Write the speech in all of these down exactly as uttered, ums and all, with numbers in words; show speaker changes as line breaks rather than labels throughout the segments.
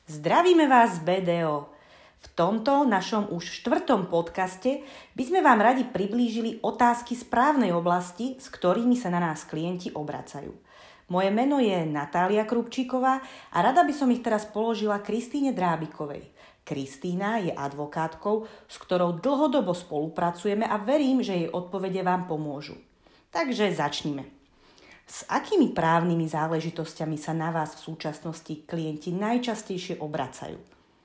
Zdravíme vás z bé dé ó. V tomto našom už štvrtom podcaste by sme vám radi priblížili otázky správnej oblasti, s ktorými sa na nás klienti obracajú. Moje meno je Natália Krupčíková a rada by som ich teraz položila Kristíne Drábikovej. Kristína je advokátkou, s ktorou dlhodobo spolupracujeme a verím, že jej odpovede vám pomôžu. Takže začnime. S akými právnymi záležitosťami sa na vás v súčasnosti klienti najčastejšie obracajú?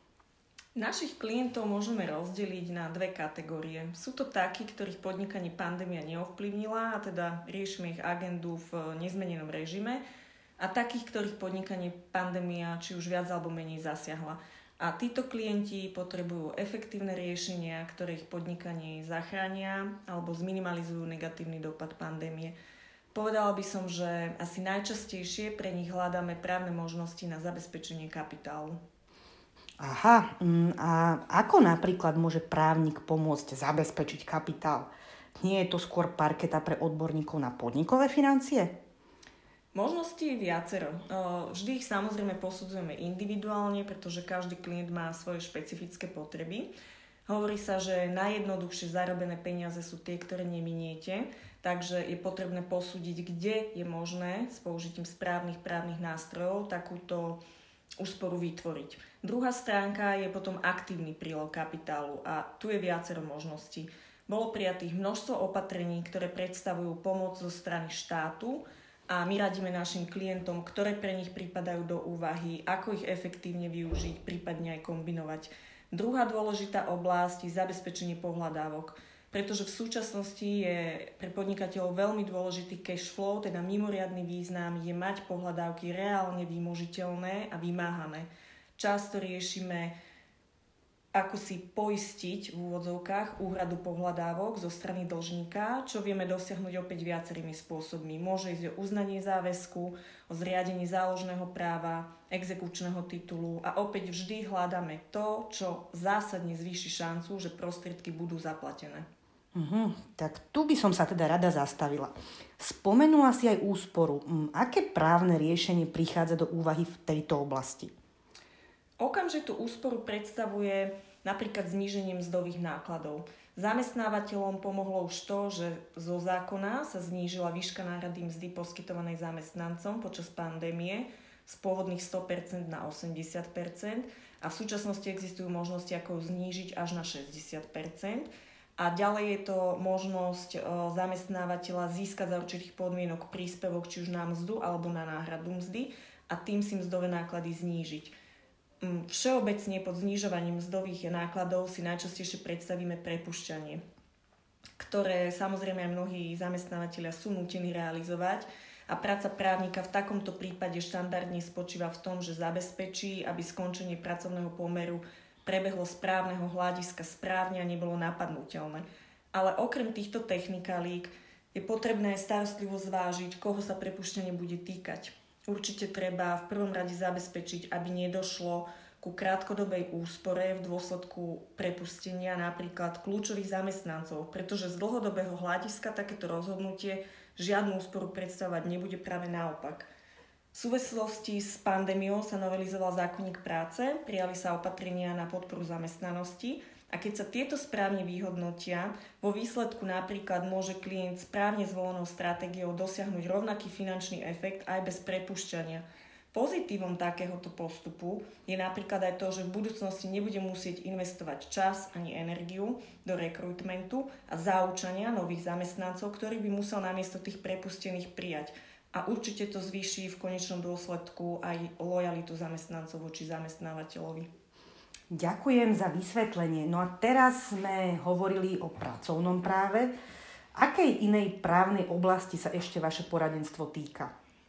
Našich klientov môžeme rozdeliť na dve kategórie. Sú to takí, ktorých podnikanie pandémia neovplyvnila, a teda riešime ich agendu v nezmenenom režime, a takých, ktorých podnikanie pandémia či už viac alebo menej zasiahla. A títo klienti potrebujú efektívne riešenia, ktoré ich podnikanie zachránia alebo zminimalizujú negatívny dopad pandémie. Povedala by som, že asi najčastejšie pre nich hľadáme právne možnosti na zabezpečenie kapitálu.
Aha, a ako napríklad môže právnik pomôcť zabezpečiť kapitál? Nie je to skôr parketa pre odborníkov na podnikové financie?
Možností je viacero. Vždy ich samozrejme posudzujeme individuálne, pretože každý klient má svoje špecifické potreby. Hovorí sa, že najjednoduchšie zarobené peniaze sú tie, ktoré neminiete, takže je potrebné posúdiť, kde je možné s použitím správnych právnych nástrojov takúto úsporu vytvoriť. Druhá stránka je potom aktívny prílev kapitálu a tu je viacero možností. Bolo prijatých množstvo opatrení, ktoré predstavujú pomoc zo strany štátu a my radíme našim klientom, ktoré pre nich pripadajú do úvahy, ako ich efektívne využiť, prípadne aj kombinovať. Druhá dôležitá oblasť je zabezpečenie pohľadávok, pretože v súčasnosti je pre podnikateľov veľmi dôležitý cash flow, teda mimoriadny význam je mať pohľadávky reálne vymožiteľné a vymáhané. Často riešime, ako si poistiť v úvodzovkách úhradu pohľadávok zo strany dlžníka, čo vieme dosiahnuť opäť viacerými spôsobmi. Môže ísť o uznanie záväzku, o zriadenie záložného práva, exekučného titulu a opäť vždy hľadáme to, čo zásadne zvýši šancu, že prostriedky budú zaplatené.
Uh-huh. Tak tu by som sa teda rada zastavila. Spomenula si aj úsporu. Aké právne riešenie prichádza do úvahy v tejto oblasti?
Okamžitú úsporu predstavuje napríklad zníženie mzdových nákladov. Zamestnávateľom pomohlo už to, že zo zákona sa znížila výška náhrady mzdy poskytovanej zamestnancom počas pandémie z pôvodných sto percent na osemdesiat percent a v súčasnosti existujú možnosti, ako ju znížiť až na šesťdesiat percent. A ďalej je to možnosť zamestnávateľa získať za určitých podmienok príspevok či už na mzdu alebo na náhradu mzdy a tým si mzdové náklady znížiť. Všeobecne pod znižovaním mzdových nákladov si najčastejšie predstavíme prepušťanie, ktoré samozrejme aj mnohí zamestnávateľia sú nútení realizovať a práca právnika v takomto prípade štandardne spočíva v tom, že zabezpečí, aby skončenie pracovného pomeru prebehlo z právneho hľadiska správne a nebolo napadnuteľné. Ale okrem týchto technikalík je potrebné starostlivo zvážiť, koho sa prepušťanie bude týkať. Určite treba v prvom rade zabezpečiť, aby nedošlo ku krátkodobej úspore v dôsledku prepustenia napríklad kľúčových zamestnancov, pretože z dlhodobého hľadiska takéto rozhodnutie žiadnu úsporu predstavovať nebude, práve naopak. V súvislosti s pandémiou sa novelizoval zákonník práce, prijali sa opatrenia na podporu zamestnanosti a keď sa tieto správne vyhodnotia, vo výsledku napríklad môže klient správne zvolenou stratégiou dosiahnuť rovnaký finančný efekt aj bez prepušťania. Pozitívom takéhoto postupu je napríklad aj to, že v budúcnosti nebude musieť investovať čas ani energiu do rekrutmentu a zaučania nových zamestnancov, ktorých by musel namiesto tých prepustených prijať. A určite to zvýši v konečnom dôsledku aj lojalitu zamestnancov voči zamestnávateľovi.
Ďakujem za vysvetlenie. No a teraz sme hovorili o pracovnom práve. Akej inej právnej oblasti sa ešte vaše poradenstvo týka?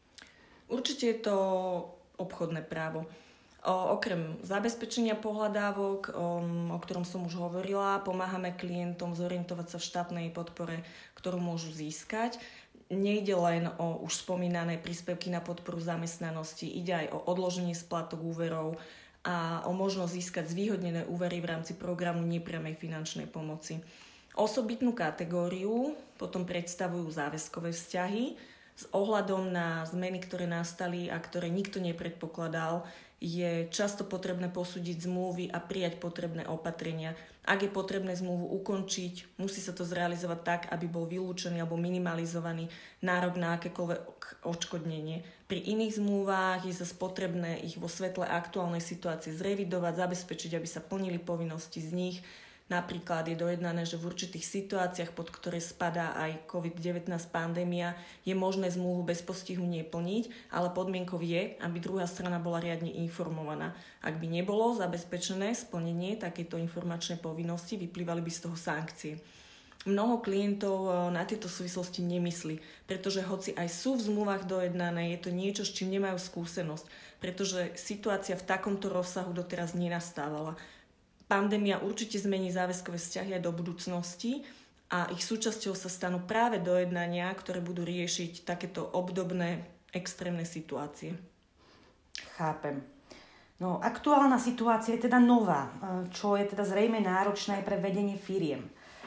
Určite je to obchodné právo. O, okrem zabezpečenia pohľadávok, o, o ktorom som už hovorila, pomáhame klientom zorientovať sa v štátnej podpore, ktorú môžu získať. Nejde len o už spomínané príspevky na podporu zamestnanosti, ide aj o odloženie splátok úverov a o možnosť získať zvýhodnené úvery v rámci programu nepriamej finančnej pomoci. Osobitnú kategóriu potom predstavujú záväzkové vzťahy s ohľadom na zmeny, ktoré nastali a ktoré nikto nepredpokladal. je často potrebné posúdiť zmluvy a prijať potrebné opatrenia. Ak je potrebné zmluvu ukončiť, musí sa to zrealizovať tak, aby bol vylúčený alebo minimalizovaný nárok na akékoľvek odškodnenie. Pri iných zmluvách je zase potrebné ich vo svetle aktuálnej situácie zrevidovať, zabezpečiť, aby sa plnili povinnosti z nich. Napríklad je dojednané, že v určitých situáciách, pod ktoré spadá aj covid devätnásť pandémia, je možné zmluvu bez postihu neplniť, ale podmienkou je, aby druhá strana bola riadne informovaná. Ak by nebolo zabezpečené splnenie takéto informačnej povinnosti, vyplývali by z toho sankcie. Mnoho klientov na tieto súvislosti nemyslí, pretože hoci aj sú v zmluvách dojednané, je to niečo, s čím nemajú skúsenosť, pretože situácia v takomto rozsahu doteraz nenastávala. Pandémia určite zmení záväzkové vzťahy aj do budúcnosti a ich súčasťou sa stanú práve dojednania, ktoré budú riešiť takéto obdobné extrémne situácie.
Chápem. No, aktuálna situácia je teda nová, čo je teda zrejme náročné aj pre vedenie firiem.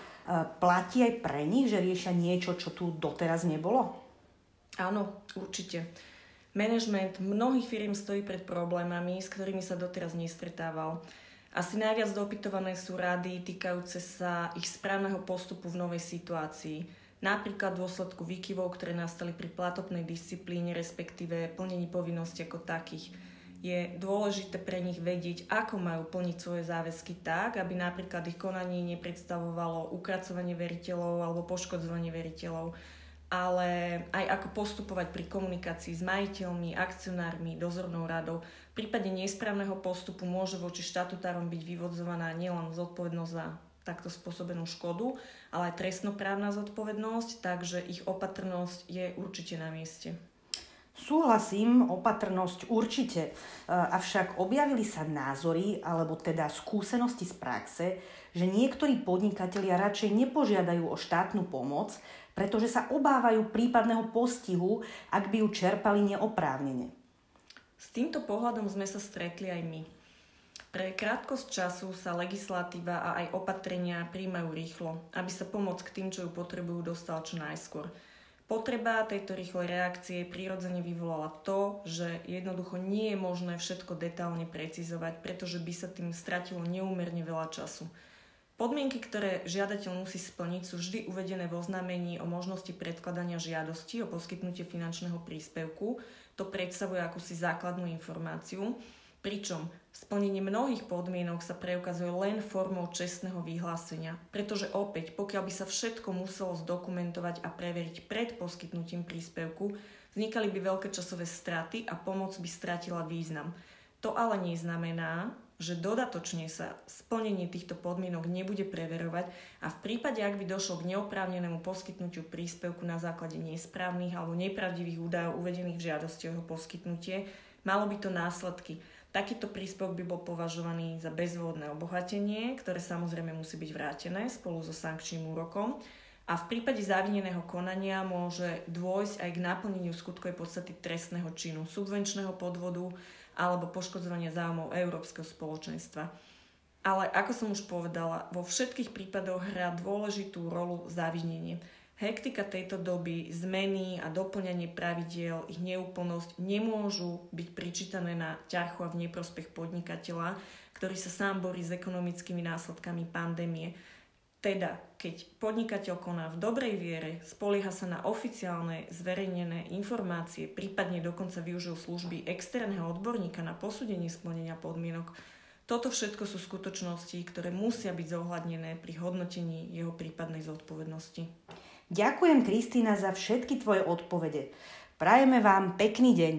Platí aj pre nich, že riešia niečo, čo tu doteraz nebolo?
Áno, určite. Management mnohých firiem stojí pred problémami, s ktorými sa doteraz nestretával. Asi najviac dopytované sú rady týkajúce sa ich správneho postupu v novej situácii. Napríklad v dôsledku výkyvov, ktoré nastali pri platobnej disciplíne, respektíve plnení povinností ako takých. Je dôležité pre nich vedieť, ako majú plniť svoje záväzky tak, aby napríklad ich konanie nepredstavovalo ukracovanie veriteľov alebo poškodzovanie veriteľov, ale aj ako postupovať pri komunikácii s majiteľmi, akcionármi, dozornou radou. V prípade nesprávneho postupu môže voči štatutárom byť vyvodzovaná nielen zodpovednosť za takto spôsobenú škodu, ale aj trestnoprávna zodpovednosť, takže ich opatrnosť je určite na mieste.
Súhlasím, opatrnosť určite, avšak objavili sa názory, alebo teda skúsenosti z praxe, že niektorí podnikatelia radšej nepožiadajú o štátnu pomoc, pretože sa obávajú prípadného postihu, ak by ju čerpali neoprávnene.
S týmto pohľadom sme sa stretli aj my. Pre krátkosť času sa legislatíva a aj opatrenia prijímajú rýchlo, aby sa pomoc k tým, čo ju potrebujú, dostala čo najskôr. Potreba tejto rýchlej reakcie prirodzene vyvolala to, že jednoducho nie je možné všetko detailne precizovať, pretože by sa tým stratilo neúmerne veľa času. Podmienky, ktoré žiadateľ musí splniť, sú vždy uvedené v oznámení o možnosti predkladania žiadosti o poskytnutie finančného príspevku. To predstavuje akúsi základnú informáciu, pričom splnenie mnohých podmienok sa preukazuje len formou čestného vyhlásenia, pretože opäť, pokiaľ by sa všetko muselo zdokumentovať a preveriť pred poskytnutím príspevku, vznikali by veľké časové straty a pomoc by stratila význam. To ale neznamená, že dodatočne sa splnenie týchto podmienok nebude preverovať a v prípade, ak by došlo k neoprávnenému poskytnutiu príspevku na základe nesprávnych alebo nepravdivých údajov uvedených v žiadosti o jeho poskytnutie, malo by to následky. Takýto príspevok by bol považovaný za bezvôdne obohatenie, ktoré samozrejme musí byť vrátené spolu so sankčným úrokom. A v prípade zavineného konania môže dôjsť aj k naplneniu skutkovej podstaty trestného činu, subvenčného podvodu alebo poškodzovania záujmov Európskeho spoločenstva. Ale ako som už povedala, vo všetkých prípadoch hrá dôležitú rolu zavinenie. Hektika tejto doby, zmeny a doplňanie pravidiel, ich neúplnosť nemôžu byť pričítané na ťarchu a v neprospech podnikateľa, ktorý sa sám borí s ekonomickými následkami pandémie. Teda, keď podnikateľ koná v dobrej viere, spolieha sa na oficiálne zverejnené informácie, prípadne dokonca využil služby externého odborníka na posúdenie splnenia podmienok, toto všetko sú skutočnosti, ktoré musia byť zohľadnené pri hodnotení jeho prípadnej zodpovednosti.
Ďakujem, Kristína, za všetky tvoje odpovede. Prajeme vám pekný deň.